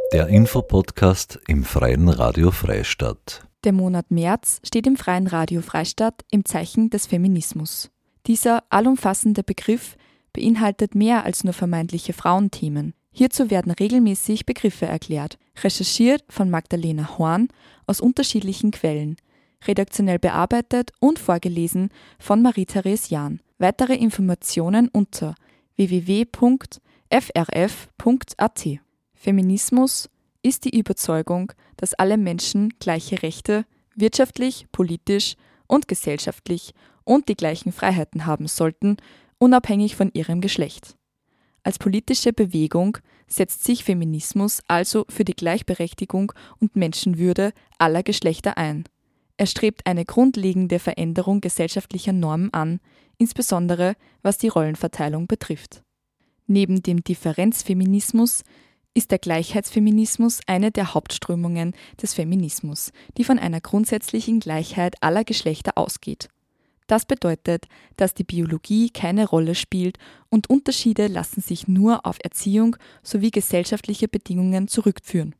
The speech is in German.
Der Infopodcast im Freien Radio Freistadt. Der Monat März steht im Freien Radio Freistadt im Zeichen des Feminismus. Dieser allumfassende Begriff beinhaltet mehr als nur vermeintliche Frauenthemen. Hierzu werden regelmäßig Begriffe erklärt, recherchiert von Magdalena Horn aus unterschiedlichen Quellen, redaktionell bearbeitet und vorgelesen von Marie-Therese Jahn. Weitere Informationen unter www.frf.at. Feminismus ist die Überzeugung, dass alle Menschen gleiche Rechte, wirtschaftlich, politisch und gesellschaftlich und die gleichen Freiheiten haben sollten, unabhängig von ihrem Geschlecht. Als politische Bewegung setzt sich Feminismus also für die Gleichberechtigung und Menschenwürde aller Geschlechter ein. Er strebt eine grundlegende Veränderung gesellschaftlicher Normen an, insbesondere was die Rollenverteilung betrifft. Neben dem Differenzfeminismus ist der Gleichheitsfeminismus eine der Hauptströmungen des Feminismus, die von einer grundsätzlichen Gleichheit aller Geschlechter ausgeht. Das bedeutet, dass die Biologie keine Rolle spielt und Unterschiede lassen sich nur auf Erziehung sowie gesellschaftliche Bedingungen zurückführen.